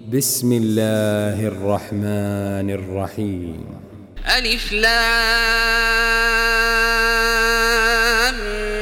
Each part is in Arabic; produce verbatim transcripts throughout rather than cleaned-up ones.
بسم الله الرحمن الرحيم. ألف لام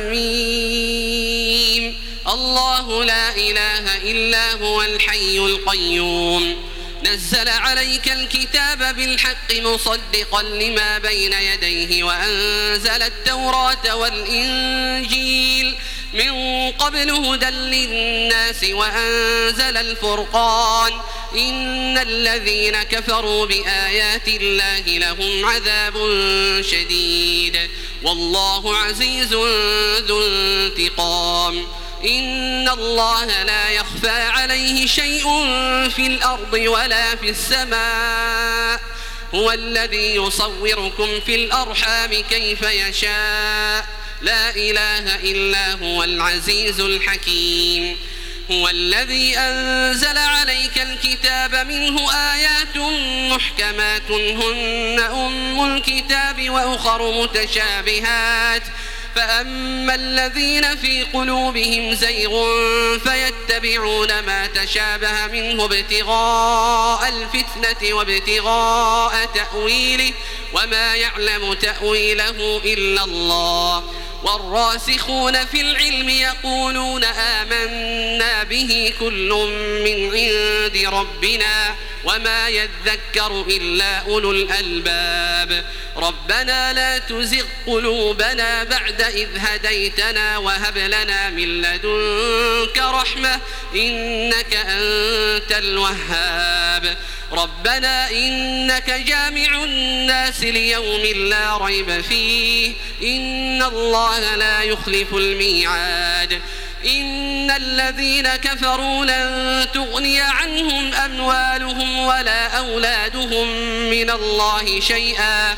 ميم. الله لا إله إلا هو الحي القيوم نزل عليك الكتاب بالحق مصدقا لما بين يديه وأنزل التوراة والإنجيل من قبل هدى للناس وأنزل الفرقان إن الذين كفروا بآيات الله لهم عذاب شديد والله عزيز ذو انتقام. إن الله لا يخفى عليه شيء في الأرض ولا في السماء هو الذي يصوركم في الأرحام كيف يشاء لا إله إلا هو العزيز الحكيم. هو الذي أنزل عليك الكتاب منه آيات محكمات هن أم الكتاب وأخر متشابهات فأما الذين في قلوبهم زيغ فيتبعون ما تشابه منه ابتغاء الفتنة وابتغاء تأويله وما يعلم تأويله إلا الله والراسخون في العلم يقولون آمنا به كل من عند ربنا وما يذكر إلا أولو الألباب. ربنا لا تزغ قلوبنا بعد إذ هديتنا وهب لنا من لدنك رحمة إنك أنت الوهاب. ربنا إنك جامع الناس ليوم لا ريب فيه إن الله لا يخلف الميعاد. إن الذين كفروا لن تغني عنهم أموالهم ولا أولادهم من الله شيئا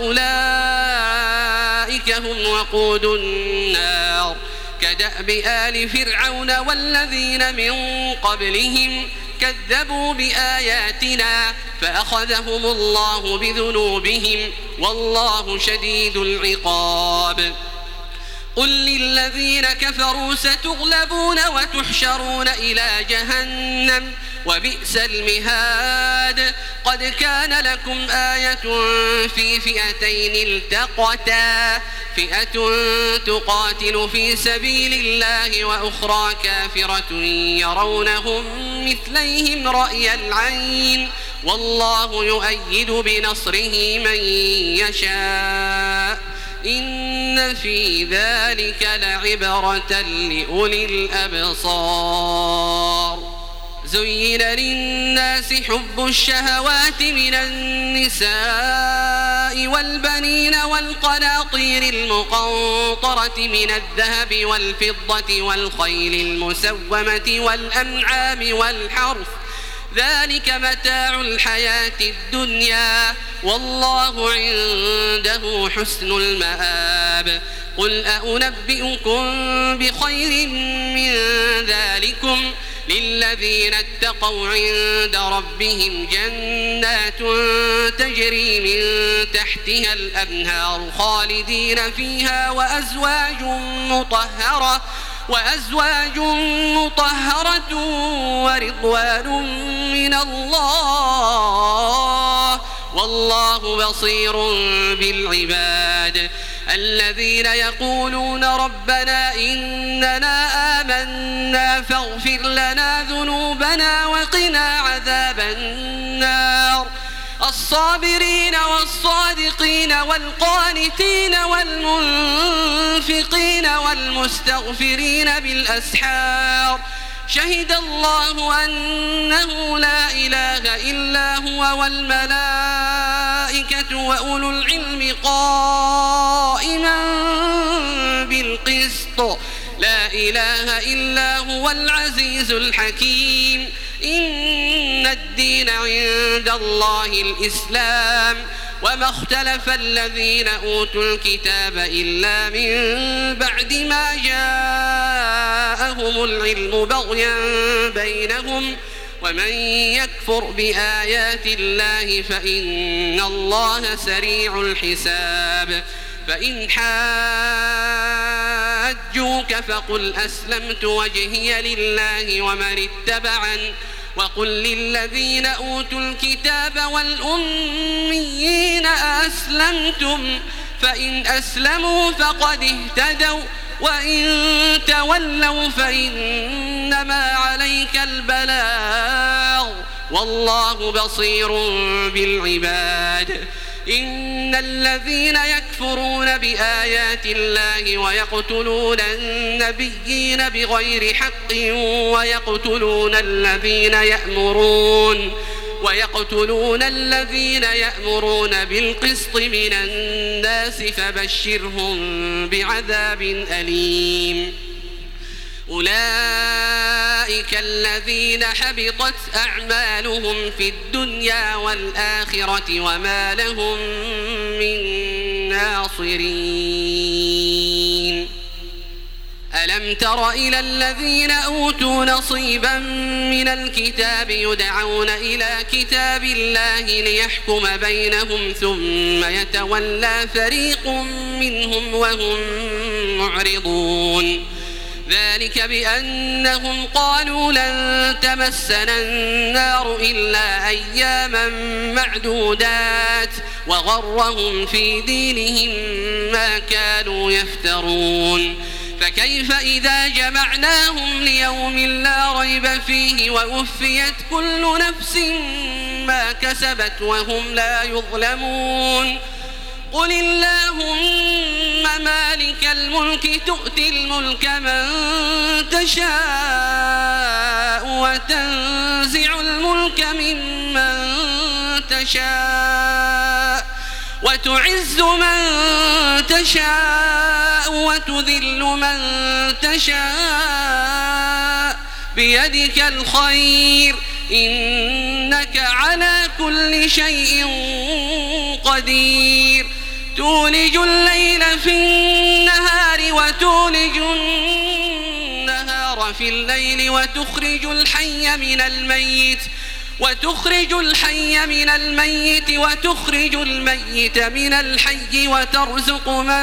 وأولئك هم وقود النار كدأب آل فرعون والذين من قبلهم كذبوا بآياتنا فأخذهم الله بذنوبهم والله شديد العقاب. قل للذين كفروا ستغلبون وتحشرون إلى جهنم وبئس المهاد. قد كان لكم آية في فئتين التقتا فئة تقاتل في سبيل الله وأخرى كافرة يرونهم مثليهم رأي العين والله يؤيد بنصره من يشاء إن في ذلك لعبرة لأولي الأبصار. زين للناس حب الشهوات من النساء والبنين والقناطير المقنطرة من الذهب والفضة والخيل المسومة والأنعام والحرث ذلك متاع الحياة الدنيا والله عنده حسن المآب. قل أنبئكم بخير من ذلكم للذين اتقوا عند ربهم جنات تجري من تحتها الأنهار خالدين فيها وأزواج مطهرة وأزواج مطهرة ورضوان من الله والله بصير بالعباد. الذين يقولون ربنا إننا آمنا فاغفر لنا ذنوبنا وقنا عذاب النار. الصابرين والصادقين والقانتين والمنفقين والمستغفرين بالأسحار شهد الله أنه لا إله إلا هو والملائكة وأولو العلم قائما بالقسط لا إله إلا هو العزيز الحكيم. إن الدين عند الله الإسلام وما اختلف الذين أوتوا الكتاب إلا من بعد ما جاءهم العلم بغيا بينهم ومن يكفر بآيات الله فإن الله سريع الحساب. فإن حاجوك فقل أسلمت وجهي لله ومن اتبعني وقل للذين أوتوا الكتاب والأميين أأسلمتم فإن أسلموا فقد اهتدوا وإن تولوا فإنما عليك البلاغ والله بصير بالعباد. إن الذين يكفرون بآيات الله ويقتلون النبيين بغير حق ويقتلون الذين يأمرون ويقتلون الذين يأمرون بالقسط من الناس فبشرهم بعذاب أليم. أولئك الذين حبطت أعمالهم في الدنيا والآخرة وما لهم من ناصرين. ألم تر إلى الذين أوتوا نصيبا من الكتاب يدعون إلى كتاب الله ليحكم بينهم ثم يتولى فريق منهم وهم معرضون. ذلك بأنهم قالوا لن تمسنا النار إلا أياما معدودات وغرهم في دينهم ما كانوا يفترون. فكيف إذا جمعناهم ليوم لا ريب فيه ووفيت كل نفس ما كسبت وهم لا يظلمون. قل اللهم مالك الملك تؤتي الملك من تشاء وتنزع الملك ممن تشاء وتعز من تشاء وتذل من تشاء بيدك الخير إنك على كل شيء قدير. تولج الليل في النهار وتولج النهار في الليل وتخرج الحي من الميت وتخرج الحي من الميت وتخرج الميت من الحي وترزق من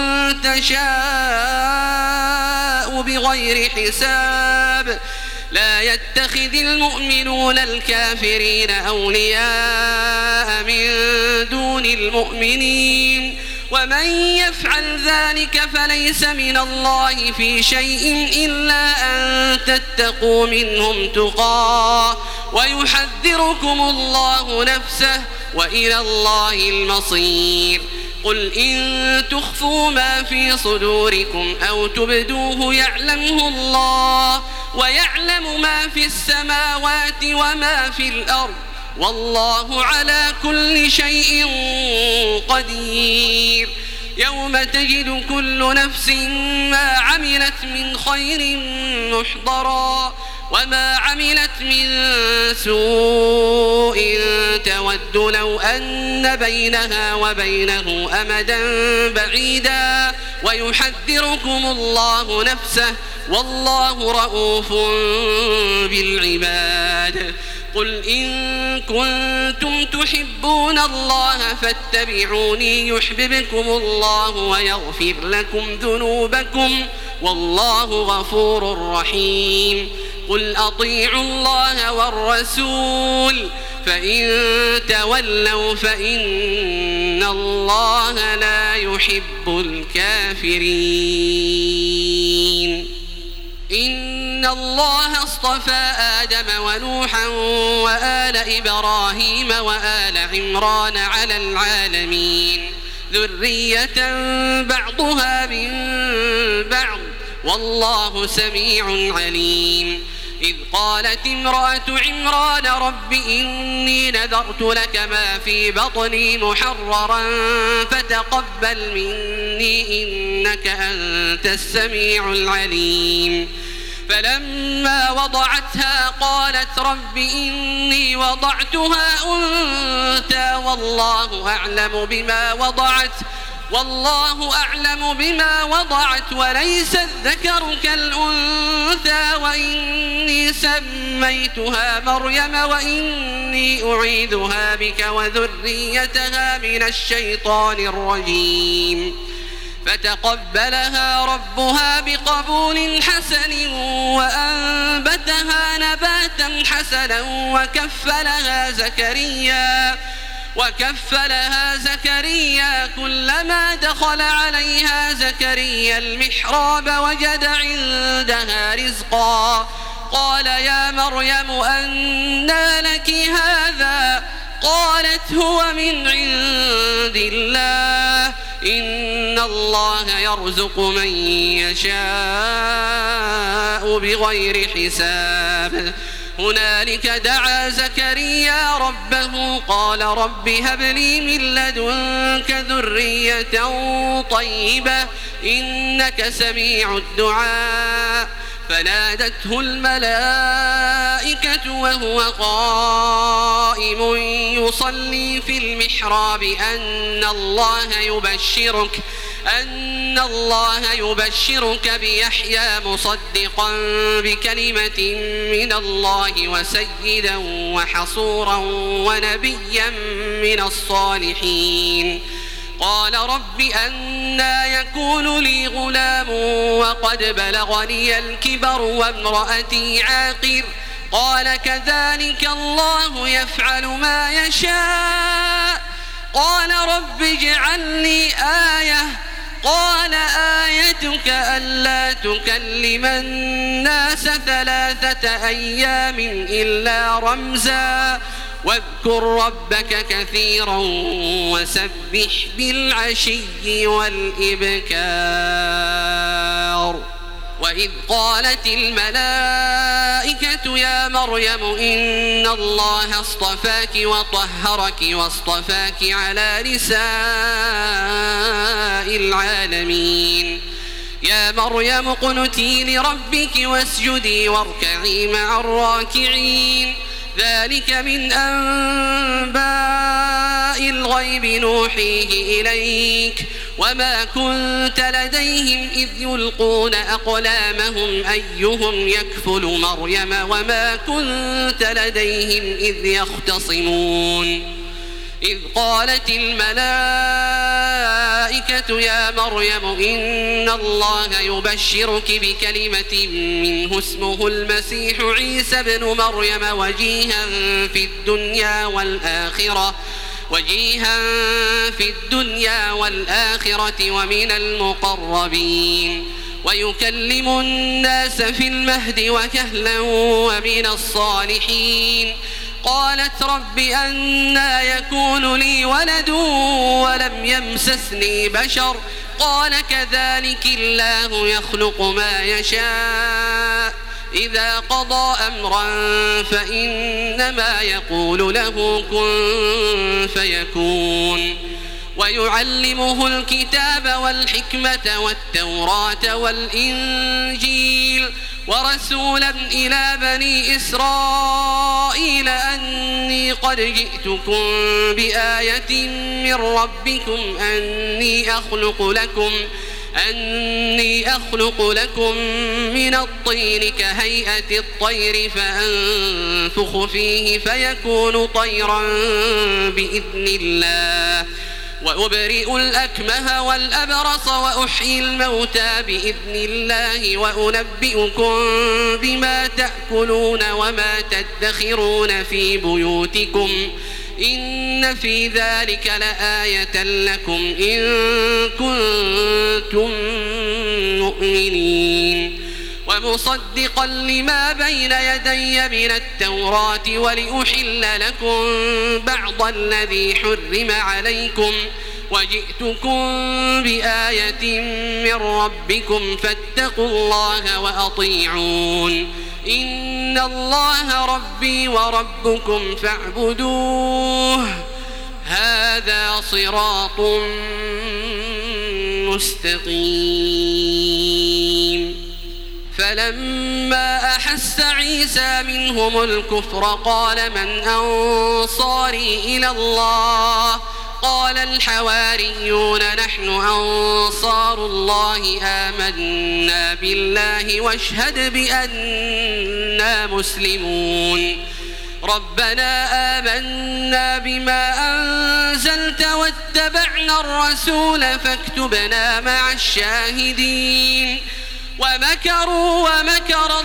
تشاء بغير حساب. لا يتخذ المؤمنون الكافرين أولياء من دون المؤمنين ومن يفعل ذلك فليس من الله في شيء إلا أن تتقوا منهم تقاه ويحذركم الله نفسه وإلى الله المصير. قل إن تخفوا ما في صدوركم أو تبدوه يعلمه الله ويعلم ما في السماوات وما في الأرض والله على كل شيء قدير. يوم تجد كل نفس ما عملت من خير محضرا وما عملت من سوء تود لو أن بينها وبينه أمدا بعيدا ويحذركم الله نفسه والله رؤوف بالعباد. قل إن كنتم تحبون الله فاتبعوني يحببكم الله ويغفر لكم ذنوبكم والله غفور رحيم. قل أطيعوا الله والرسول فإن تولوا فإن الله لا يحب الكافرين. إن الله اصطفى آدم ونوحا وآل إبراهيم وآل عمران على العالمين ذرية بعضها من بعض والله سميع عليم. إذ قالت امرأة عمران رب إني نذرت لك ما في بطني محررا فتقبل مني إنك أنت السميع العليم. فلما وضعتها قالت رب إني وضعتها أنثى والله أعلم بما وضعت والله أعلم بما وضعت وليس الذكر كالأنثى وإني سميتها مريم وإني أعيذها بك وذريتها من الشيطان الرجيم. فتقبلها ربها بقبول حسن وأنبتها نباتا حسنا وكفلها زكريا وكفلها زكريا كلما دخل عليها زكريا المحراب وجد عندها رزقا قال يا مريم أنى لك هذا قالت هو من عند الله إن الله يرزق من يشاء بغير حساب هنالك دعا زكريا ربه قال رب هب لي من لدنك ذرية طيبة إنك سميع الدعاء فنادته الملائكة وهو قائم يصلي في المحراب أن الله يبشرك أن الله يبشرك بيحيى مصدقا بكلمة من الله وسيدا وحصورا ونبيا من الصالحين قال رب أنى يكون لي غلام وقد بلغني الكبر وامرأتي عاقر قال كذلك الله يفعل ما يشاء قال رب اجعل لي آية قال آيتك ألا تكلم الناس ثلاثة أيام إلا رمزا واذكر ربك كثيرا وسبح بالعشي والإبكار وإذ قالت الملائكة يا مريم إن الله اصطفاك وطهرك واصطفاك على نساء العالمين يا مريم اقنتي لربك واسجدي واركعي مع الراكعين ذلك من أنباء الغيب نوحيه إليك وما كنت لديهم إذ يلقون أقلامهم أيهم يكفل مريم وما كنت لديهم إذ يختصمون إذ قالت الملائكة يا مريم إن الله يبشرك بكلمة منه اسمه المسيح عيسى ابن مريم وجيها في الدنيا والآخرة وجيها في الدنيا والآخرة ومن المقربين ويكلم الناس في المهد وكهلا ومن الصالحين قالت رب أنى يكون لي ولد ولم يمسسني بشر قال كذلك الله يخلق ما يشاء إذا قضى أمرا فإنما يقول له كن فيكون ويعلمه الكتاب والحكمة والتوراة والإنجيل ورسولا إلى بني إسرائيل أني قد جئتكم بآية من ربكم أني أخلق لكم أني أخلق لكم من الطين كهيئة الطير فأنفخ فيه فيكون طيرا بإذن الله وأبرئ الأكمه والأبرص وأحيي الموتى بإذن الله وأنبئكم بما تأكلون وما تدخرون في بيوتكم إن في ذلك لآية لكم إن كنتم مؤمنين ومصدقا لما بين يدي من التوراة ولأحل لكم بعض الذي حرم عليكم وجئتكم بآية من ربكم فاتقوا الله وأطيعون إن الله ربي وربكم فاعبدوه هذا صراط مستقيم فلما أحس عيسى منهم الكفر قال من أنصاري إلى الله قال الحواريون نحن أنصار الله آمنا بالله واشهد بأننا مسلمون ربنا آمنا بما أنزلت واتبعنا واتبعنا الرسول فاكتبنا مع الشاهدين ومكروا ومكر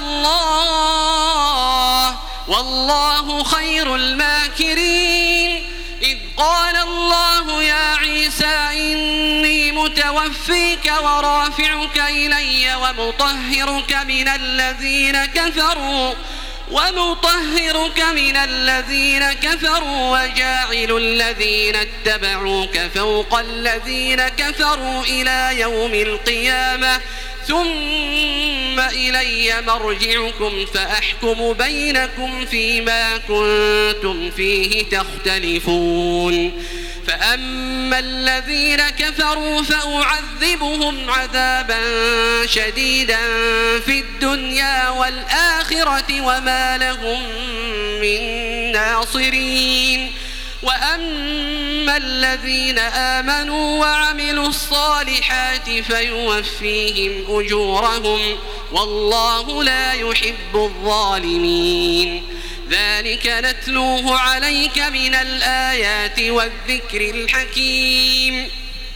الله والله خير الماكرين إذ قال الله يا عيسى إني متوفيك ورافعك إلي ومطهرك من الذين كفروا ومطهرك من الذين كفروا وجاعل الذين اتبعوك فوق الذين كفروا إلى يوم القيامة ثم إلي مرجعكم فأحكم بينكم فيما كنتم فيه تختلفون فأما الذين كفروا فأعذبهم عذابا شديدا في الدنيا والآخرة وما لهم من ناصرين وأما الذين آمنوا وعملوا الصالحات فيوفيهم أجورهم والله لا يحب الظالمين ذلك نتلوه عليك من الآيات والذكر الحكيم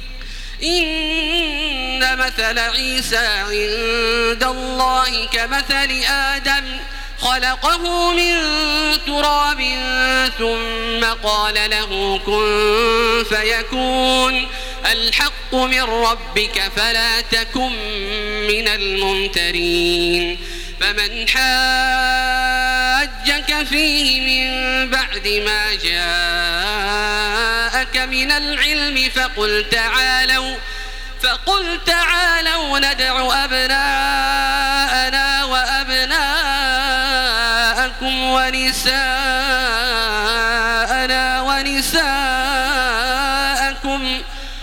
إن مثل عيسى عند الله كمثل آدم خلقه من تراب ثم قال له كن فيكون الحق من ربك فلا تكن من الممترين فمن حاجك فيه من بعد ما جاءك من العلم فقل تعالوا فقل تعالوا ندع أبناءنا وأبناءكم ونساءنا ونساءكم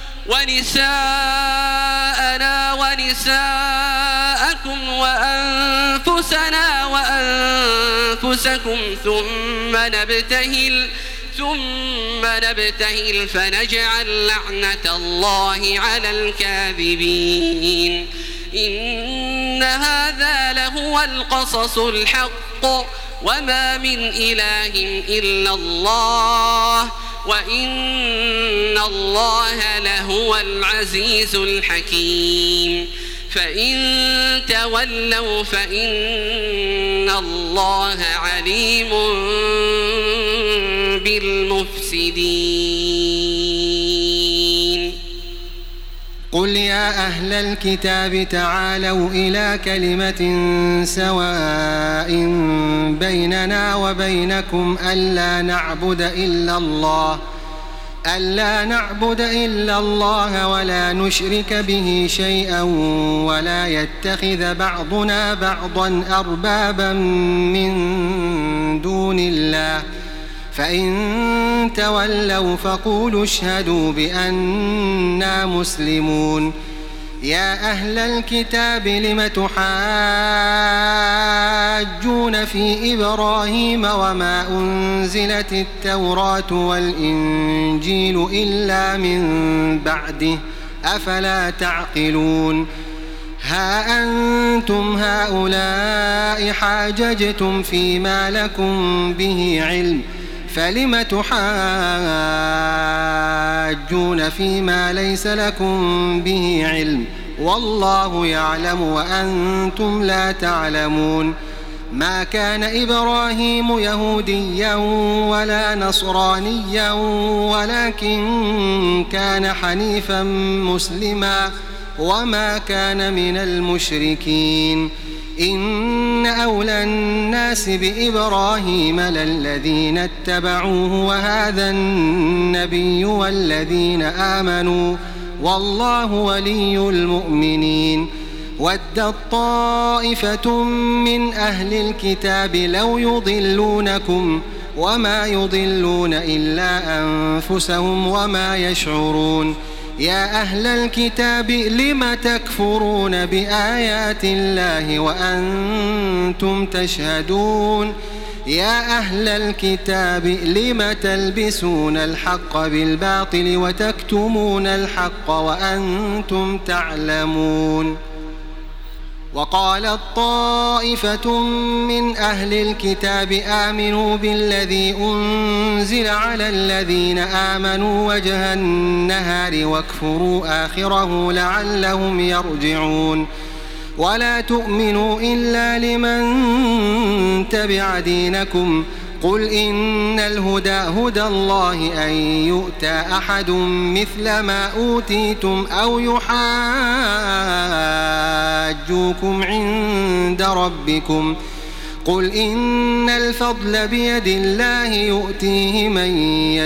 ونساءنا ونساءكم وأنفسنا وأنفسكم ثم نبتهل ثم نبتهل فنجعل لعنة الله على الكاذبين إن هذا لهو القصص الحق وما من إله إلا الله وإن الله لهو العزيز الحكيم فإن تولوا فإن الله عليم بالمفسدين قل يا أهل الكتاب تعالوا إلى كلمة سواء بيننا وبينكم ألا نعبد إلا الله ألا نعبد إلا الله ولا نشرك به شيئا ولا يتخذ بعضنا بعضا أربابا من دون الله فإن تولوا فقولوا اشهدوا بأننا مسلمون يا أهل الكتاب لم تحاجون في إبراهيم وما أنزلت التوراة والإنجيل إلا من بعده أفلا تعقلون ها أنتم هؤلاء حاججتم فيما لكم به علم فلم تحاجون فيما ليس لكم به علم والله يعلم وأنتم لا تعلمون ما كان إبراهيم يهوديا ولا نصرانيا ولكن كان حنيفا مسلما وما كان من المشركين إن أولى الناس بإبراهيم للذين اتبعوه وهذا النبي والذين آمنوا والله ولي المؤمنين ودت طائفة من أهل الكتاب لو يضلونكم وما يضلون إلا أنفسهم وما يشعرون يا أهل الكتاب لم تكفرون بآيات الله وأنتم تشهدون يا أهل الكتاب لم تلبسون الحق بالباطل وتكتمون الحق وأنتم تعلمون وقالت طائفة من أهل الكتاب آمنوا بالذي أنزل على الذين آمنوا وجه النهار واكفروا آخره لعلهم يرجعون ولا تؤمنوا إلا لمن تبع دينكم قل إن الهدى هدى الله أن يؤتى أحد مثل ما أوتيتم أو يحاجوكم عند ربكم قل إن الفضل بيد الله يؤتيه من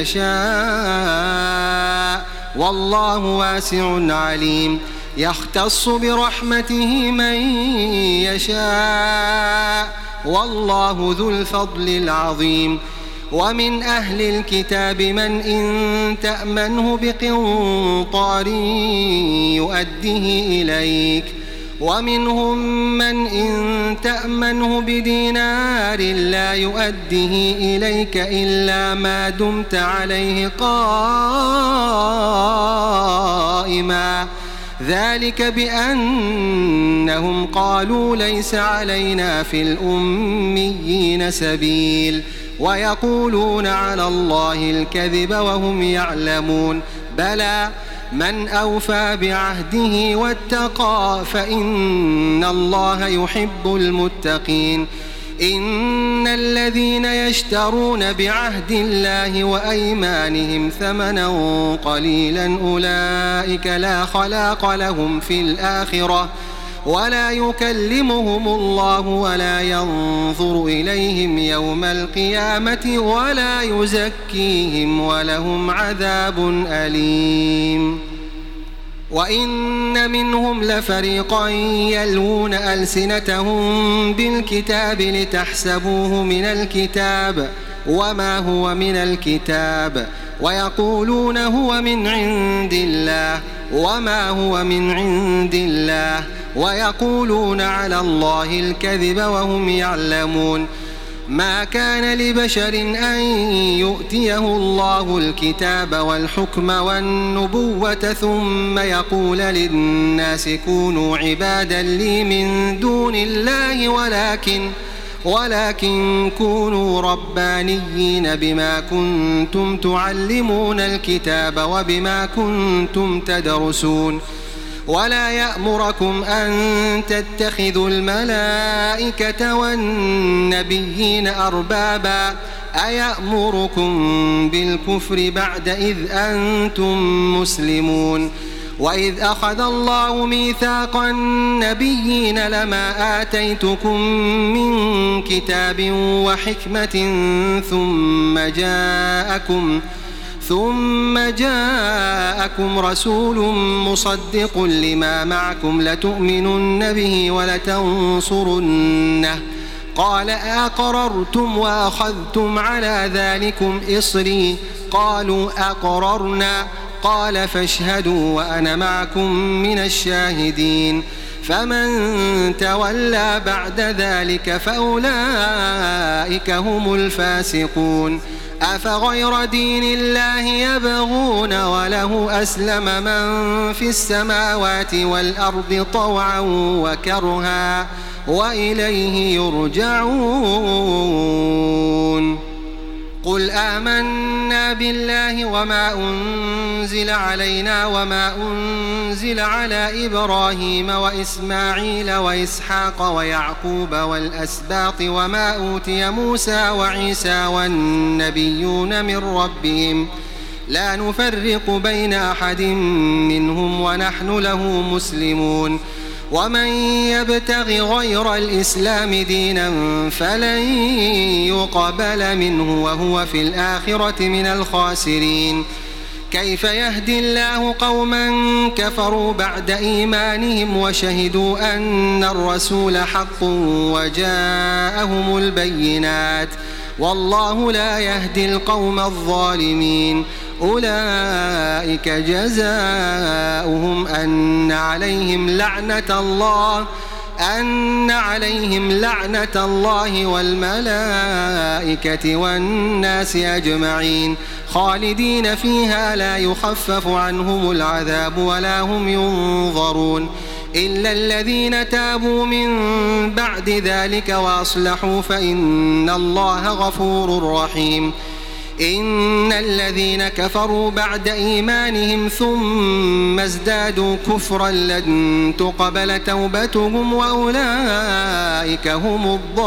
يشاء والله واسع عليم يختص برحمته من يشاء والله ذو الفضل العظيم ومن أهل الكتاب من إن تأمنه بقنطار يؤديه إليك ومنهم من إن تأمنه بدينار لا يؤديه إليك إلا ما دمت عليه قائما ذلك بأنهم قالوا ليس علينا في الأميين سبيل ويقولون على الله الكذب وهم يعلمون بلى من أوفى بعهده واتقى فإن الله يحب المتقين إن الذين يشترون بعهد الله وأيمانهم ثمنا قليلا أولئك لا خلاق لهم في الآخرة ولا يكلمهم الله ولا ينظر إليهم يوم القيامة ولا يزكيهم ولهم عذاب أليم وإن منهم لفريقا يلوون ألسنتهم بالكتاب لتحسبوه من الكتاب وما هو من الكتاب ويقولون هو من عند الله وما هو من عند الله ويقولون على الله الكذب وهم يعلمون ما كان لبشر أن يؤتيه الله الكتاب والحكم والنبوة ثم يقول للناس كونوا عبادا لي من دون الله ولكن ولكن كونوا ربانيين بما كنتم تعلمون الكتاب وبما كنتم تدرسون ولا يأمركم أن تتخذوا الملائكة والنبيين أربابا أيأمركم بالكفر بعد إذ أنتم مسلمون وإذ أخذ الله ميثاق النبيين لما آتيتكم من كتاب وحكمة ثم جاءكم ثم جاءكم رسول مصدق لما معكم لتؤمنن به ولتنصرنه قال أقررتم وأخذتم على ذلكم إصري قالوا أقررنا قال فاشهدوا وأنا معكم من الشاهدين فمن تولى بعد ذلك فأولئك هم الفاسقون أفغير دين الله يبغون وله أسلم من في السماوات والأرض طوعا وكرها وإليه يرجعون قل آمنا بالله وما أنزل علينا وما أنزل على إبراهيم وإسماعيل وإسحاق ويعقوب والأسباط وما أوتي موسى وعيسى والنبيون من ربهم لا نفرق بين أحد منهم ونحن له مسلمون ومن يبتغ غير الإسلام دينا فلن يقبل منه وهو في الآخرة من الخاسرين كيف يهدي الله قوما كفروا بعد إيمانهم وشهدوا أن الرسول حق وجاءهم البينات والله لا يهدي القوم الظالمين أولئك جزاؤهم أن عليهم لعنة الله أن عليهم لعنة الله والملائكة والناس أجمعين خالدين فيها لا يخفف عنهم العذاب ولا هم ينظرون إلا الذين تابوا من بعد ذلك وأصلحوا فإن الله غفور رحيم. إن الذين كفروا بعد إيمانهم ثم ازدادوا كفرا لن تقبل توبتهم وأولئك هم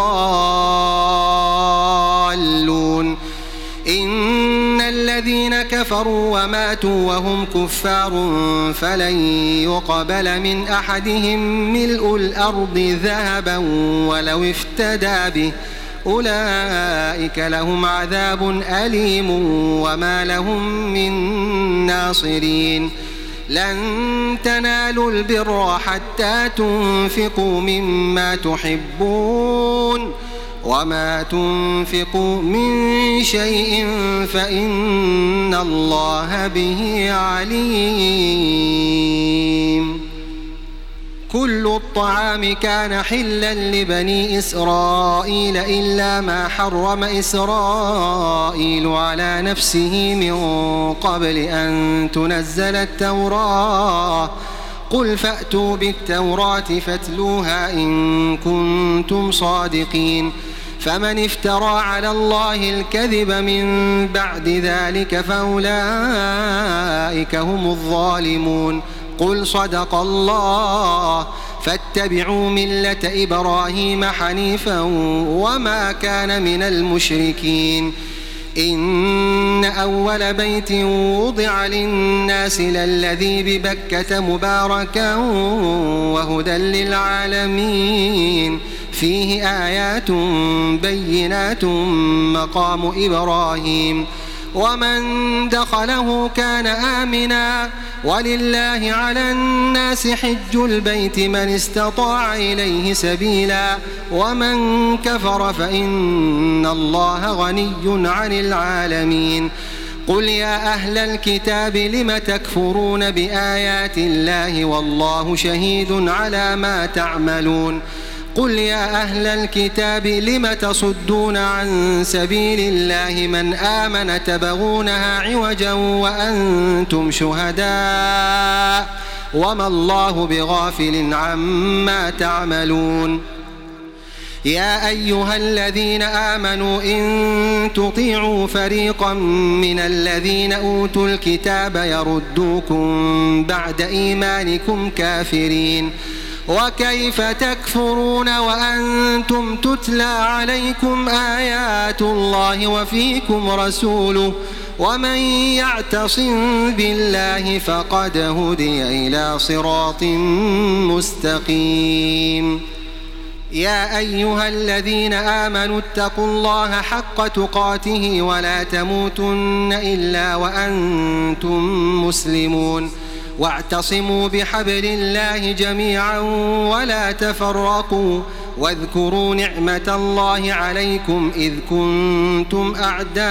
الضالون. إن الذين كفروا وماتوا وهم كفار فلن يقبل من أحدهم ملء الأرض ذهبا ولو افتدى به أولئك لهم عذاب أليم وما لهم من ناصرين. لن تنالوا البر حتى تنفقوا مما تحبون وما تنفقوا من شيء فإن الله به عليم. كل الطعام كان حلا لبني إسرائيل إلا ما حرم إسرائيل على نفسه من قبل أن تنزل التوراة. قل فأتوا بالتوراة فاتلوها إن كنتم صادقين. فمن افترى على الله الكذب من بعد ذلك فأولئك هم الظالمون. قل صدق الله فاتبعوا ملة إبراهيم حنيفا وما كان من المشركين. إن أول بيت وضع للناس للذي ببكة مباركا وهدى للعالمين فيه آيات بينات مقام إبراهيم ومن دخله كان آمنا ولله على الناس حج البيت من استطاع إليه سبيلا ومن كفر فإن الله غني عن العالمين. قل يا أهل الكتاب لم تكفرون بآيات الله والله شهيد على ما تعملون. قل يا أهل الكتاب لم تصدون عن سبيل الله من آمن تبغونها عوجا وأنتم شهداء وما الله بغافل عما تعملون. يا أيها الذين آمنوا إن تطيعوا فريقا من الذين أوتوا الكتاب يردوكم بعد إيمانكم كافرين. وكيف تكفرون وأنتم تتلى عليكم آيات الله وفيكم رسوله ومن يعتصم بالله فقد هدي إلى صراط مستقيم. يا أيها الذين آمنوا اتقوا الله حق تقاته ولا تموتن إلا وأنتم مسلمون واعتصموا بحبل الله جميعا ولا تفرقوا واذكروا نعمة الله عليكم إذ كنتم أعداء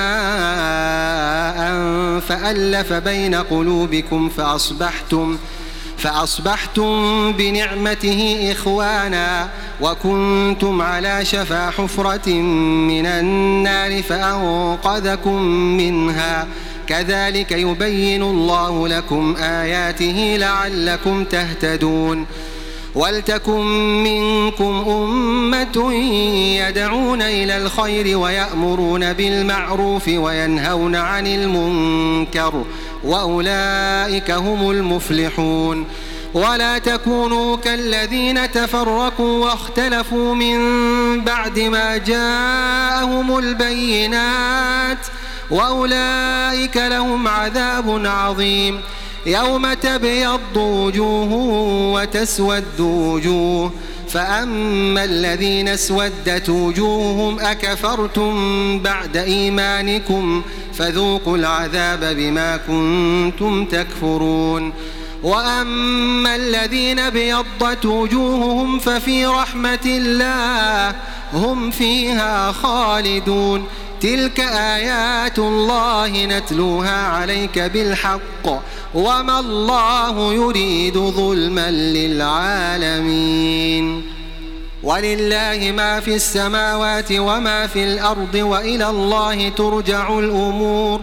فألف بين قلوبكم فأصبحتم فأصبحتم بنعمته إخوانا وكنتم على شفا حفرة من النار فأنقذكم منها كذلك يبين الله لكم آياته لعلكم تهتدون. ولتكن منكم أمة يدعون إلى الخير ويأمرون بالمعروف وينهون عن المنكر وأولئك هم المفلحون. ولا تكونوا كالذين تفرقوا واختلفوا من بعد ما جاءهم البينات وأولئك لهم عذاب عظيم. يوم تبيض وجوه وتسود وجوه فأما الذين اسودت وجوههم أكفرتم بعد إيمانكم فذوقوا العذاب بما كنتم تكفرون. وأما الذين ابيضت وجوههم ففي رحمة الله هم فيها خالدون. تلك آيات الله نتلوها عليك بالحق وما الله يريد ظلما للعالمين. ولله ما في السماوات وما في الأرض وإلى الله ترجع الأمور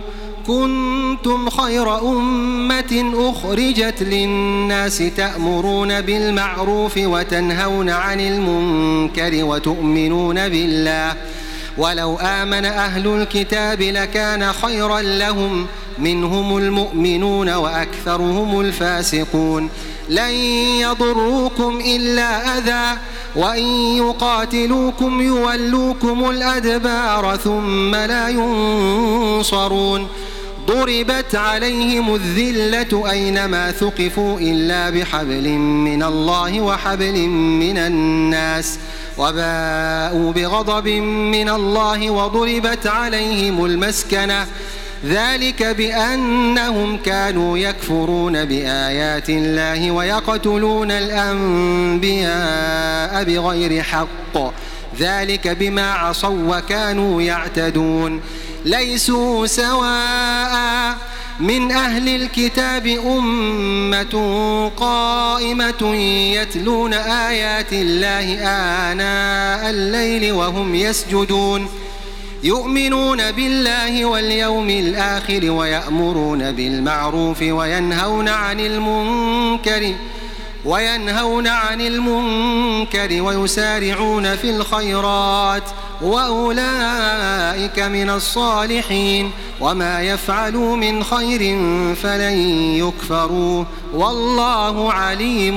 كنتم خير أمة أخرجت للناس تأمرون بالمعروف وتنهون عن المنكر وتؤمنون بالله ولو آمن أهل الكتاب لكان خيرا لهم منهم المؤمنون وأكثرهم الفاسقون لن يضروكم إلا أذى وإن يقاتلوكم يولوكم الأدبار ثم لا ينصرون ضربت عليهم الذلة أينما ثقفوا إلا بحبل من الله وحبل من الناس وباءوا بغضب من الله وضربت عليهم المسكنة ذلك بأنهم كانوا يكفرون بآيات الله ويقتلون الأنبياء بغير حق ذلك بما عصوا وكانوا يعتدون ليسوا سواء من أهل الكتاب أمة قائمة يتلون آيات الله آناء الليل وهم يسجدون يؤمنون بالله واليوم الآخر ويأمرون بالمعروف وينهون عن المنكر وينهون عن المنكر ويسارعون في الخيرات وأولئك من الصالحين وما يفعلوا من خير فلن يكفروه والله عليم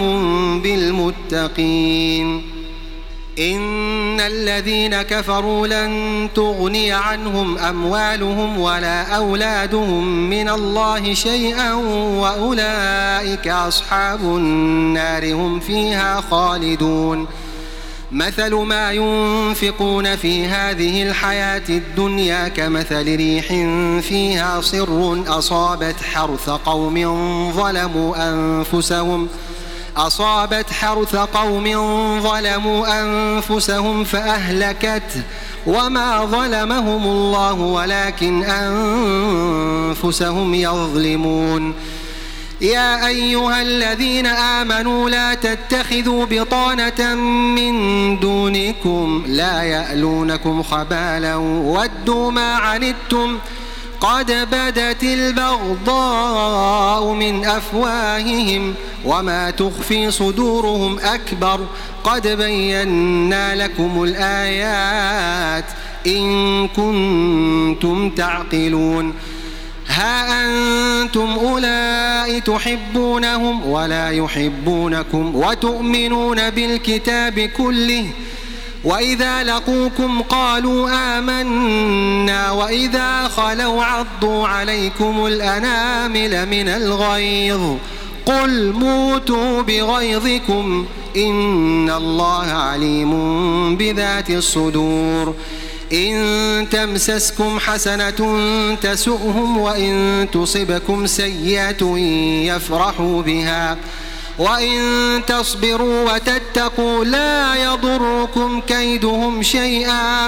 بالمتقين إن الذين كفروا لن تغني عنهم أموالهم ولا أولادهم من الله شيئا وأولئك أصحاب النار هم فيها خالدون مثل ما ينفقون في هذه الحياة الدنيا كمثل ريح فيها صر أصابت حرث قوم ظلموا أنفسهم أصابت حرث قوم ظلموا أنفسهم فأهلكته وما ظلمهم الله ولكن أنفسهم يظلمون يا أيها الذين آمنوا لا تتخذوا بطانة من دونكم لا يألونكم خبالا ودوا ما عنتم قد بدت البغضاء من أفواههم وما تخفي صدورهم أكبر قد بينا لكم الآيات إن كنتم تعقلون ها أنتم أولئك تحبونهم ولا يحبونكم وتؤمنون بالكتاب كله وإذا لقوكم قالوا آمنا وإذا خلوا عضوا عليكم الأنامل من الغيظ قل موتوا بغيظكم إن الله عليم بذات الصدور إن تمسسكم حسنة تسؤهم وإن تصبكم سيئة يفرحوا بها وإن تصبروا وتتقوا لا يضركم كيدهم شيئا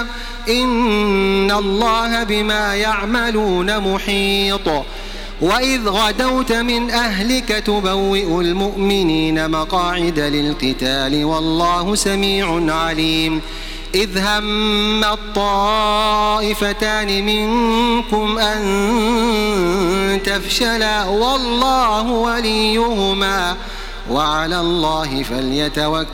إن الله بما يعملون محيط وإذ غدوت من أهلك تبوئ المؤمنين مقاعد للقتال والله سميع عليم إذ هم الطائفتان منكم أن تفشلا والله وليهما وعلى الله فليتوكل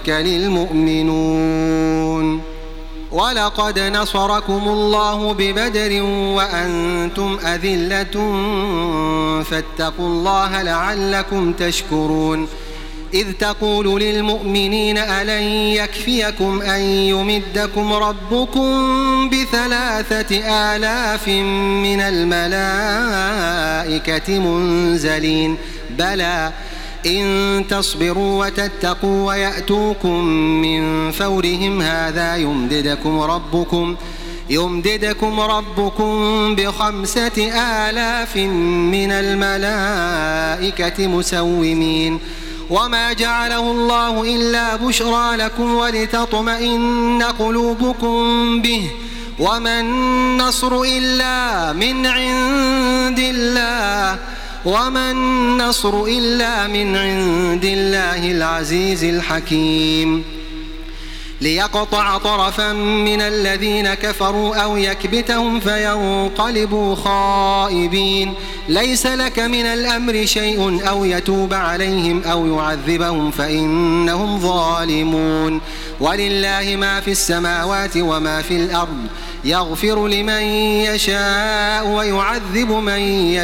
المؤمنون ولقد نصركم الله ببدر وأنتم أذلة فاتقوا الله لعلكم تشكرون إذ تقول للمؤمنين ألن يكفيكم أن يمدكم ربكم بثلاثة آلاف من الملائكة منزلين بلى إن تصبروا وتتقوا ويأتوكم من فورهم هذا يمددكم ربكم يمددكم ربكم بخمسة آلاف من الملائكة مسومين وما جعله الله إلا بشرى لكم ولتطمئن قلوبكم به وما النصر إلا من عند الله وما النصر إلا من عند الله العزيز الحكيم ليقطع طرفا من الذين كفروا أو يكبتهم فينقلبوا خائبين ليس لك من الأمر شيء أو يتوب عليهم أو يعذبهم فإنهم ظالمون ولله ما في السماوات وما في الأرض يغفر لمن يشاء ويعذب من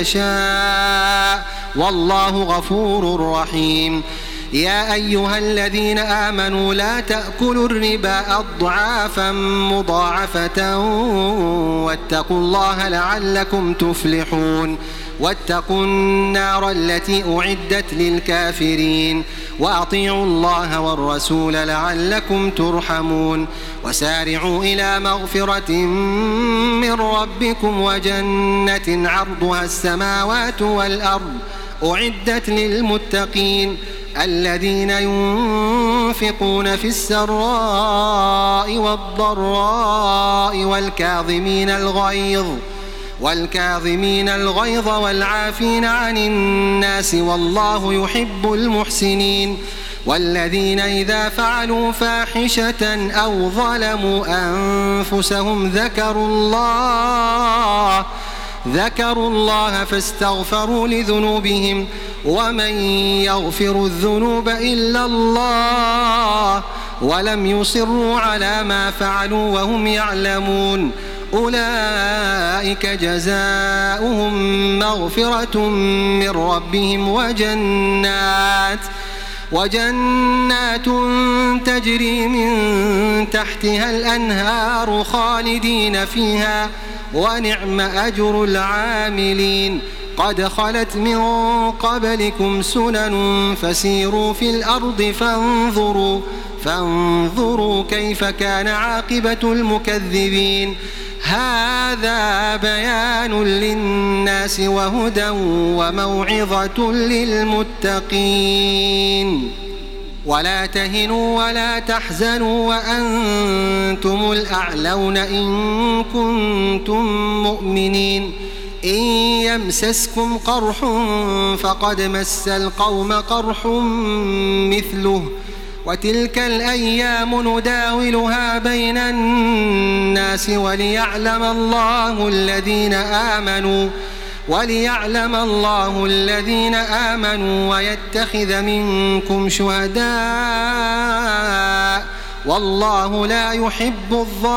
يشاء والله غفور رحيم يا أيها الذين آمنوا لا تأكلوا الربا أضعافا مضاعفة واتقوا الله لعلكم تفلحون واتقوا النار التي أعدت للكافرين وأطيعوا الله والرسول لعلكم ترحمون وسارعوا إلى مغفرة من ربكم وجنة عرضها السماوات والأرض أعدت للمتقين الذين ينفقون في السراء والضراء والكاظمين الغيظ والكاظمين الغيظ والعافين عن الناس والله يحب المحسنين والذين إذا فعلوا فاحشة أو ظلموا أنفسهم ذكروا الله ذكروا الله فاستغفروا لذنوبهم ومن يغفر الذنوب إلا الله ولم يصروا على ما فعلوا وهم يعلمون أولئك جزاؤهم مغفرة من ربهم وجنات وجنات تجري من تحتها الأنهار خالدين فيها ونعم أجر العاملين قد خلت من قبلكم سنن فسيروا في الأرض فانظروا فانظروا كيف كان عاقبة المكذبين هذا بيان للناس وهدى وموعظة للمتقين ولا تهنوا ولا تحزنوا وأنتم الأعلون إن كنتم مؤمنين إن يمسسكم قرح فقد مس القوم قرح مثله وتلك الأيام نداولها بين الناس وليعلم الله الذين آمنوا وليعلم الله الذين آمنوا ويتخذ منكم شهداء والله لا يحب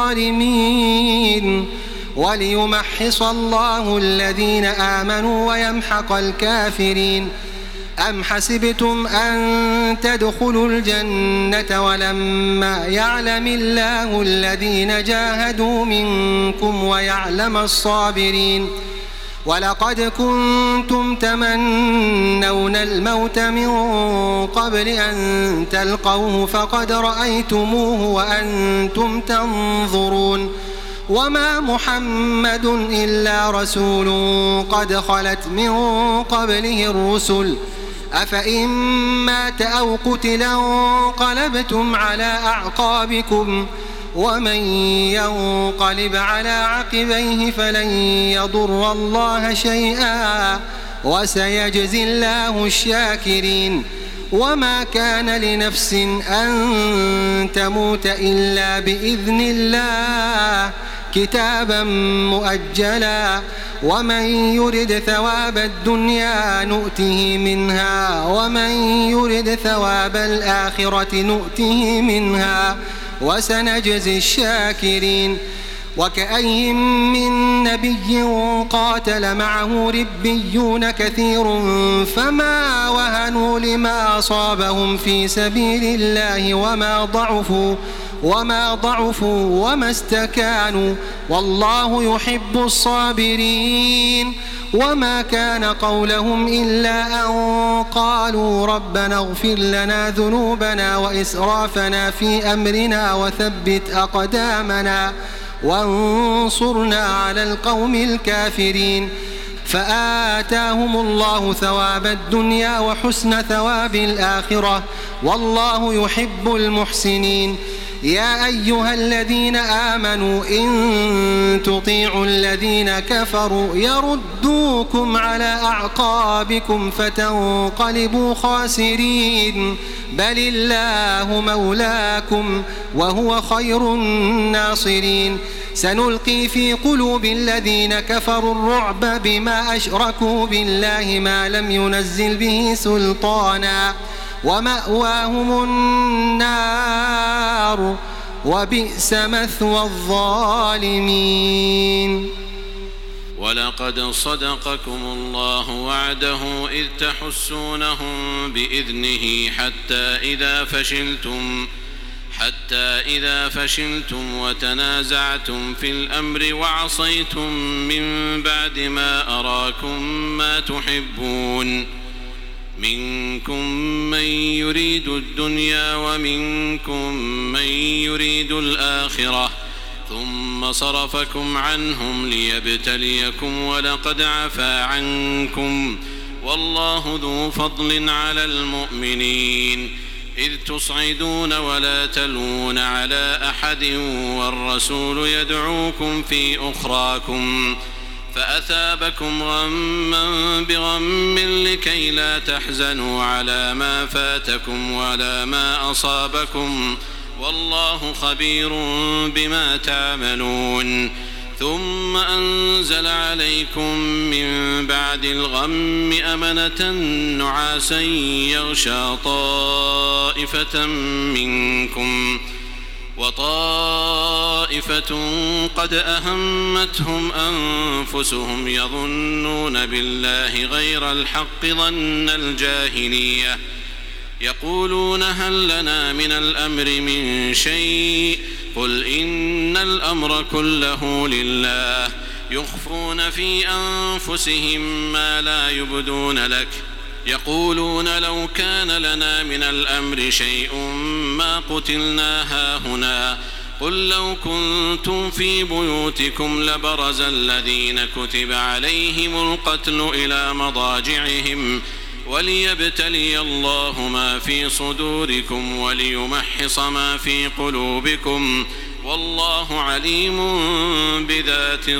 الظالمين وليمحص الله الذين آمنوا ويمحق الكافرين أم حسبتم أن تدخلوا الجنة ولما يعلم الله الذين جاهدوا منكم ويعلم الصابرين ولقد كنتم تمنون الموت من قبل أن تلقوه فقد رأيتموه وأنتم تنظرون وما محمد إلا رسول قد خلت من قبله الرسل أفإن مات أو قتل انقلبتم على أعقابكم ومن ينقلب على عقبيه فلن يضر الله شيئا وسيجزي الله الشاكرين وما كان لنفس أن تموت إلا بإذن الله كتابا مؤجلا ومن يرد ثواب الدنيا نؤته منها ومن يرد ثواب الآخرة نؤته منها وسنجزي الشاكرين وكأي من نبي قاتل معه ربيون كثير فما وهنوا لما أصابهم في سبيل الله وما ضعفوا وما ضعفوا وما استكانوا والله يحب الصابرين وما كان قولهم إلا أن قالوا ربنا اغفر لنا ذنوبنا وإسرافنا في أمرنا وثبت أقدامنا وانصرنا على القوم الكافرين فآتاهم الله ثواب الدنيا وحسن ثواب الآخرة والله يحب المحسنين يا أيها الذين آمنوا إن تطيعوا الذين كفروا يردوكم على أعقابكم فتنقلبوا خاسرين بل الله مولاكم وهو خير الناصرين سنلقي في قلوب الذين كفروا الرعب بما أشركوا بالله ما لم ينزل به سلطانا ومأواهم النار وبئس مثوى الظالمين. ولقد صدقكم الله وعده إذ تحسونهم بإذنه حتى إذا فشلتم حتى إذا فشلتم وتنازعتم في الأمر وعصيتم من بعد ما أراكم ما تحبون منكم من يريد الدنيا ومنكم من يريد الآخرة ثم صرفكم عنهم ليبتليكم ولقد عفا عنكم والله ذو فضل على المؤمنين إذ تصعدون ولا تلون على أحد والرسول يدعوكم في أخراكم فأثابكم غما بغم لكي لا تحزنوا على ما فاتكم ولا ما أصابكم والله خبير بما تعملون ثم أنزل عليكم من بعد الغم أمنة نعاسا يغشى طائفة منكم وطائفة قد أهمتهم أنفسهم يظنون بالله غير الحق ظن الجاهلية يقولون هل لنا من الأمر من شيء قل إن الأمر كله لله يخفون في أنفسهم ما لا يبدون لك يقولون لو كان لنا من الأمر شيء ما قتلنا هاهنا قل لو كنتم في بيوتكم لبرز الذين كتب عليهم القتل إلى مضاجعهم وليبتلي الله ما في صدوركم وليمحص ما في قلوبكم والله عليم بذات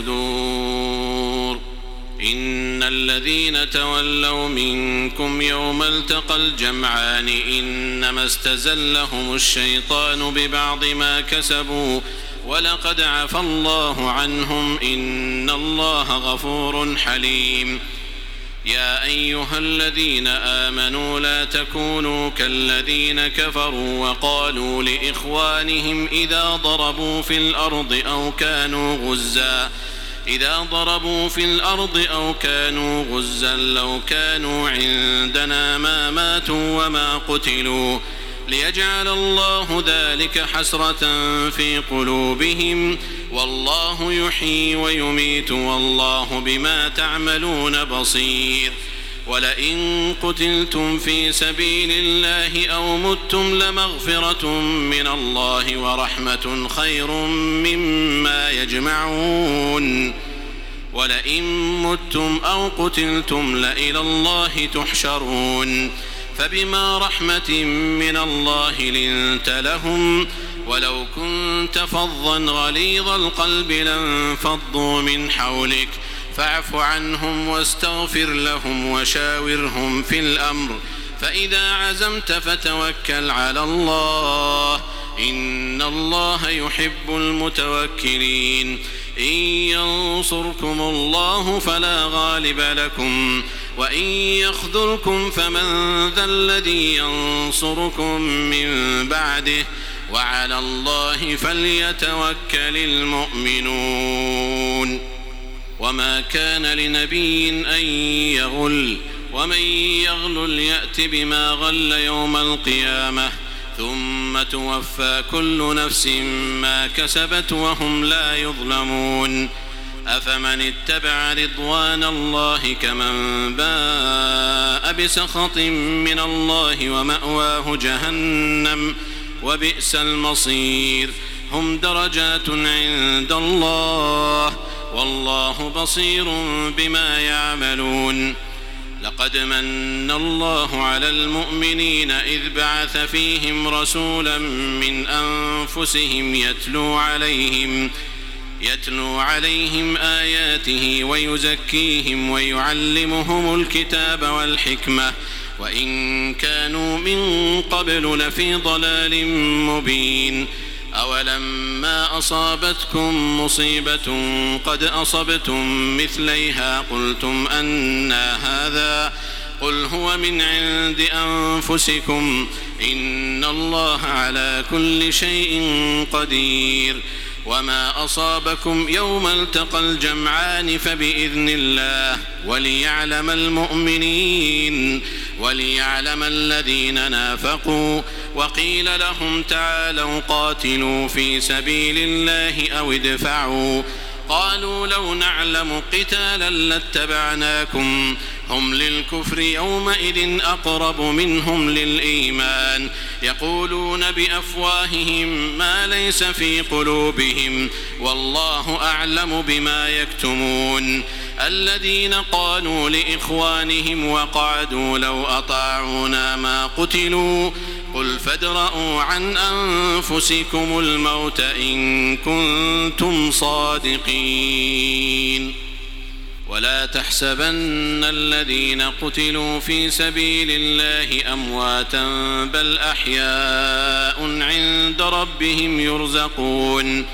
الصدور إن الذين تولوا منكم يوم التقى الجمعان إنما استزلهم الشيطان ببعض ما كسبوا ولقد عفى الله عنهم إن الله غفور حليم يا أيها الذين آمنوا لا تكونوا كالذين كفروا وقالوا لإخوانهم إذا ضربوا في الأرض أو كانوا غزا إذا ضربوا في الأرض أو كانوا غزا لو كانوا عندنا ما ماتوا وما قتلوا ليجعل الله ذلك حسرة في قلوبهم والله يحيي ويميت والله بما تعملون بصير ولئن قتلتم في سبيل الله أو متم لمغفرة من الله ورحمة خير مما يجمعون ولئن متم أو قتلتم لإلى الله تحشرون فبما رحمة من الله لنت لهم ولو كنت فظا غليظ القلب لانفضوا من حولك فاعف عنهم واستغفر لهم وشاورهم في الأمر فإذا عزمت فتوكل على الله إن الله يحب المتوكلين إن ينصركم الله فلا غالب لكم وإن يخذلكم فمن ذا الذي ينصركم من بعده وعلى الله فليتوكل المؤمنون وما كان لنبي أن يغل ومن يغلل يأت بما غل يوم القيامة ثم توفى كل نفس ما كسبت وهم لا يظلمون أفمن اتبع رضوان الله كمن باء بسخط من الله ومأواه جهنم وبئس المصير هم درجات عند الله والله بصير بما يعملون لقد من الله على المؤمنين إذ بعث فيهم رسولا من أنفسهم يتلو عليهم يتلو عليهم آياته ويزكيهم ويعلمهم الكتاب والحكمة وإن كانوا من قبل لفي ضلال مبين. أولما أصابتكم مصيبة قد أصبتم مثليها قلتم أنى هذا قل هو من عند أنفسكم إن الله على كل شيء قدير. وما أصابكم يوم التقى الجمعان فبإذن الله وليعلم المؤمنين وليعلم الذين نافقوا. وقيل لهم تعالوا قاتلوا في سبيل الله أو ادفعوا قالوا لو نعلم قتالا لاتبعناكم هم للكفر يومئذ أقرب منهم للإيمان يقولون بأفواههم ما ليس في قلوبهم والله أعلم بما يكتمون. الذين قالوا لإخوانهم وقعدوا لو أطاعونا ما قتلوا قل فادرءوا عن أنفسكم الموت إن كنتم صادقين. ولا تحسبن الذين قتلوا في سبيل الله أمواتا بل أحياء عند ربهم يرزقون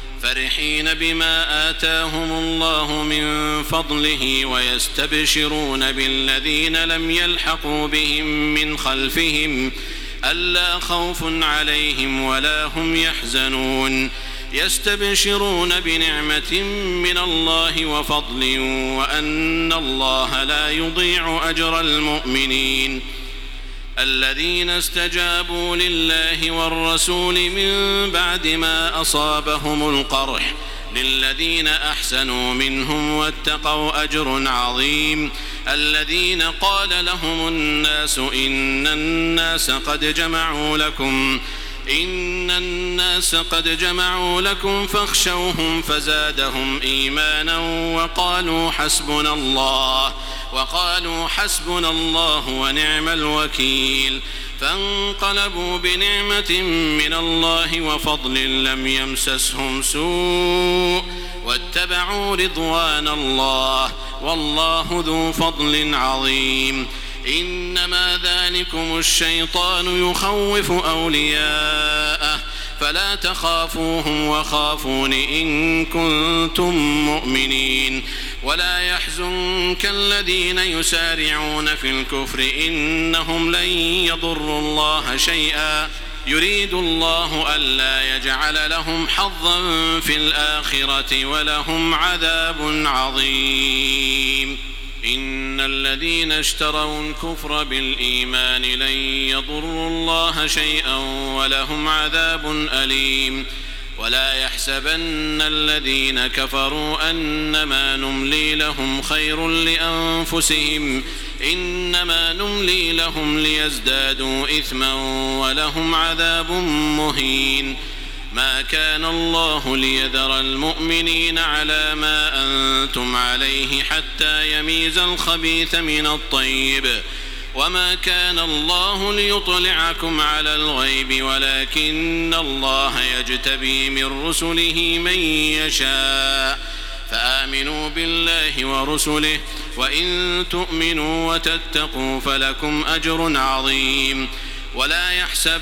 فرحين بما آتاهم الله من فضله ويستبشرون بالذين لم يلحقوا بهم من خلفهم ألا خوف عليهم ولا هم يحزنون يستبشرون بنعمة من الله وفضل وأن الله لا يضيع أجر المؤمنين. الذين استجابوا لله والرسول من بعد ما أصابهم القرح للذين أحسنوا منهم واتقوا أجر عظيم. الذين قال لهم الناس إن الناس قد جمعوا لكم إن الناس قد جمعوا لكم فاخشوهم فزادهم إيمانا وقالوا حسبنا الله وقالوا حسبنا الله ونعم الوكيل. فانقلبوا بنعمة من الله وفضل لم يمسسهم سوء واتبعوا رضوان الله والله ذو فضل عظيم. إنما ذلكم الشيطان يخوف أولياءه فلا تخافوهم وخافون إن كنتم مؤمنين. ولا يحزنك الذين يسارعون في الكفر إنهم لن يضروا الله شيئا يريد الله ألا يجعل لهم حظا في الآخرة ولهم عذاب عظيم. إن الذين اشتروا الكفر بالإيمان لن يضروا الله شيئا ولهم عذاب أليم. ولا يحسبن الذين كفروا أنما نملي لهم خير لأنفسهم إنما نملي لهم ليزدادوا إثما ولهم عذاب مهين. ما كان الله ليذر المؤمنين على ما أنتم عليه حتى يميز الخبيث من الطيب وما كان الله ليطلعكم على الغيب ولكن الله يجتبي من رسله من يشاء فآمنوا بالله ورسله وإن تؤمنوا وتتقوا فلكم أجر عظيم. ولا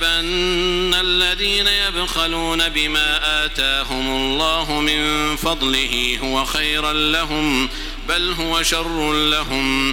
يحسبن الذين يبخلون بما آتاهم الله من فضله هو خيرا لهم بل هو شر لهم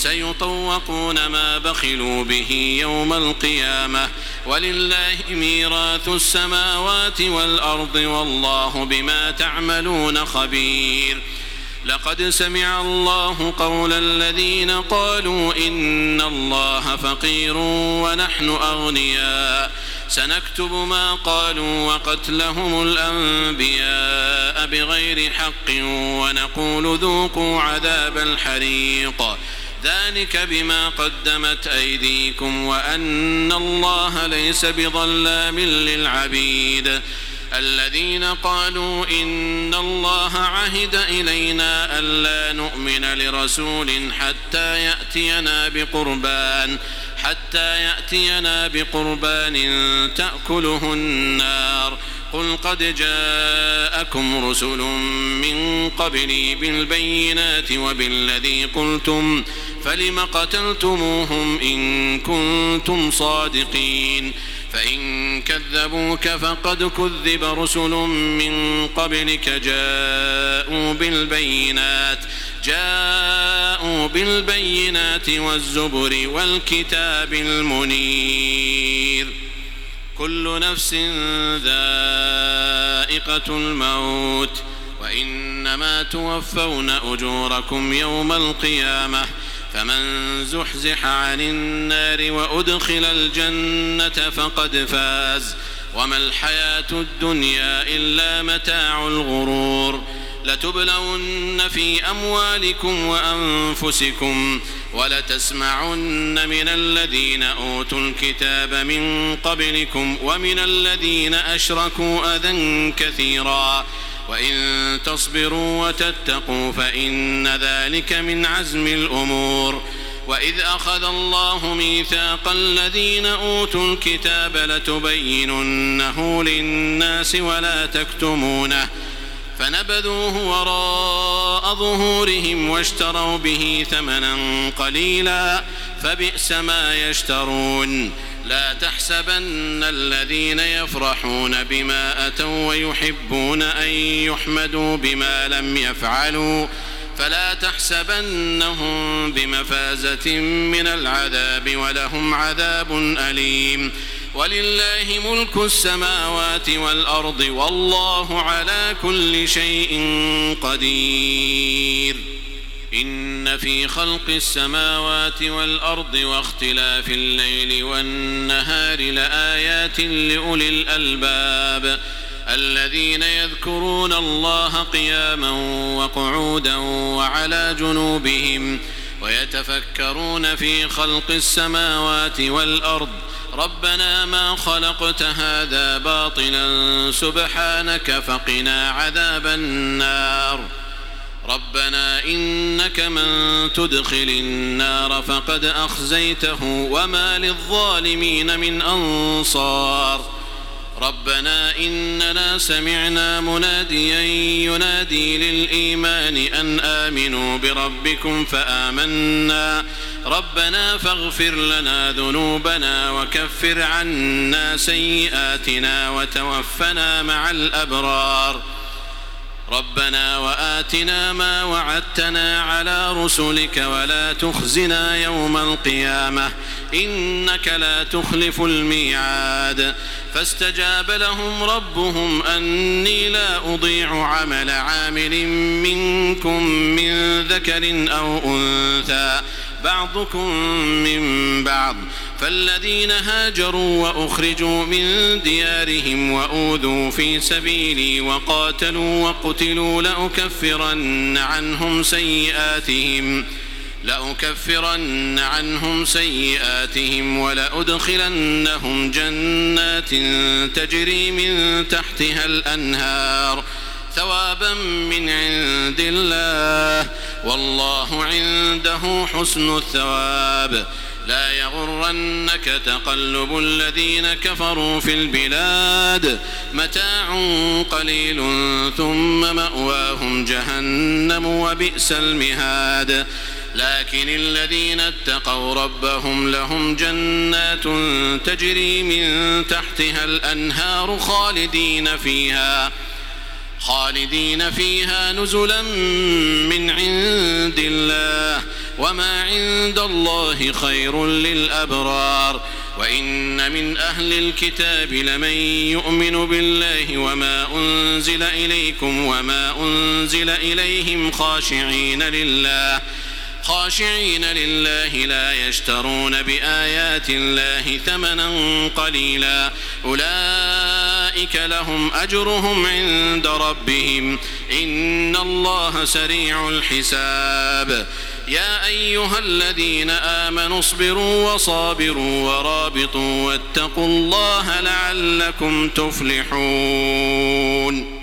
سيطوقون ما بخلوا به يوم القيامة ولله ميراث السماوات والأرض والله بما تعملون خبير. لقد سمع الله قول الذين قالوا إن الله فقير ونحن أغنياء سنكتب ما قالوا وقتلهم الأنبياء بغير حق ونقول ذوقوا عذاب الحريق ذلك بما قدمت أيديكم وأن الله ليس بظلام للعبيد. الذين قالوا إن الله عهد إلينا ألا نؤمن لرسول حتى يأتينا بقربان حتى يأتينا بقربان تأكله النار قل قد جاءكم رسل من قبلي بالبينات وبالذي قلتم فلم قتلتموهم إن كنتم صادقين فإن كذبوك فقد كذب رسل من قبلك جاءوا بالبينات جاءوا بالبينات والزبر والكتاب المنير كل نفس ذائقة الموت وإنما توفون أجوركم يوم القيامة فمن زحزح عن النار وأدخل الجنة فقد فاز وما الحياة الدنيا إلا متاع الغرور لتبلون في أموالكم وأنفسكم ولتسمعن من الذين أوتوا الكتاب من قبلكم ومن الذين أشركوا أذى كثيرا وإن تصبروا وتتقوا فإن ذلك من عزم الأمور وإذ أخذ الله ميثاق الذين أوتوا الكتاب لتبيننه للناس ولا تكتمونه فنبذوه وراء ظهورهم واشتروا به ثمنا قليلا فبئس ما يشترون لا تحسبن الذين يفرحون بما أتوا ويحبون أن يحمدوا بما لم يفعلوا فلا تحسبنهم بمفازة من العذاب ولهم عذاب أليم ولله ملك السماوات والأرض والله على كل شيء قدير إن في خلق السماوات والأرض واختلاف الليل والنهار لآيات لأولي الألباب الذين يذكرون الله قياما وقعودا وعلى جنوبهم ويتفكرون في خلق السماوات والأرض ربنا ما خلقت هذا باطلا سبحانك فقنا عذاب النار ربنا إنك من تدخل النار فقد أخزيته وما للظالمين من أنصار ربنا إننا سمعنا مناديا ينادي للإيمان أن آمنوا بربكم فآمنا ربنا فاغفر لنا ذنوبنا وكفر عنا سيئاتنا وتوفنا مع الأبرار ربنا وآتنا ما وعدتنا على رسلك ولا تخزنا يوم القيامة إنك لا تخلف الميعاد فاستجاب لهم ربهم أني لا أضيع عمل عامل منكم من ذكر أو أنثى بعضكم من بعض فالذين هاجروا وأخرجوا من ديارهم وأوذوا في سبيلي وقاتلوا وقتلوا لأكفرن عنهم سيئاتهم لأكفرن عنهم سيئاتهم ولأدخلنهم جنات تجري من تحتها الأنهار ثوابا من عند الله والله عنده حسن الثواب لا يغرنك تقلب الذين كفروا في البلاد متاع قليل ثم مأواهم جهنم وبئس المهاد لكن الذين اتقوا ربهم لهم جنات تجري من تحتها الأنهار خالدين فيها خالدين فيها نزلا من عند الله وما عند الله خير للأبرار وإن من أهل الكتاب لمن يؤمن بالله وما أنزل إليكم وما أنزل إليهم خاشعين لله خاشعين لله لا يشترون بآيات الله ثمنا قليلا أولئك لهم أجرهم عند ربهم إن الله سريع الحساب يا أيها الذين آمنوا اصبروا وصابروا ورابطوا واتقوا الله لعلكم تفلحون.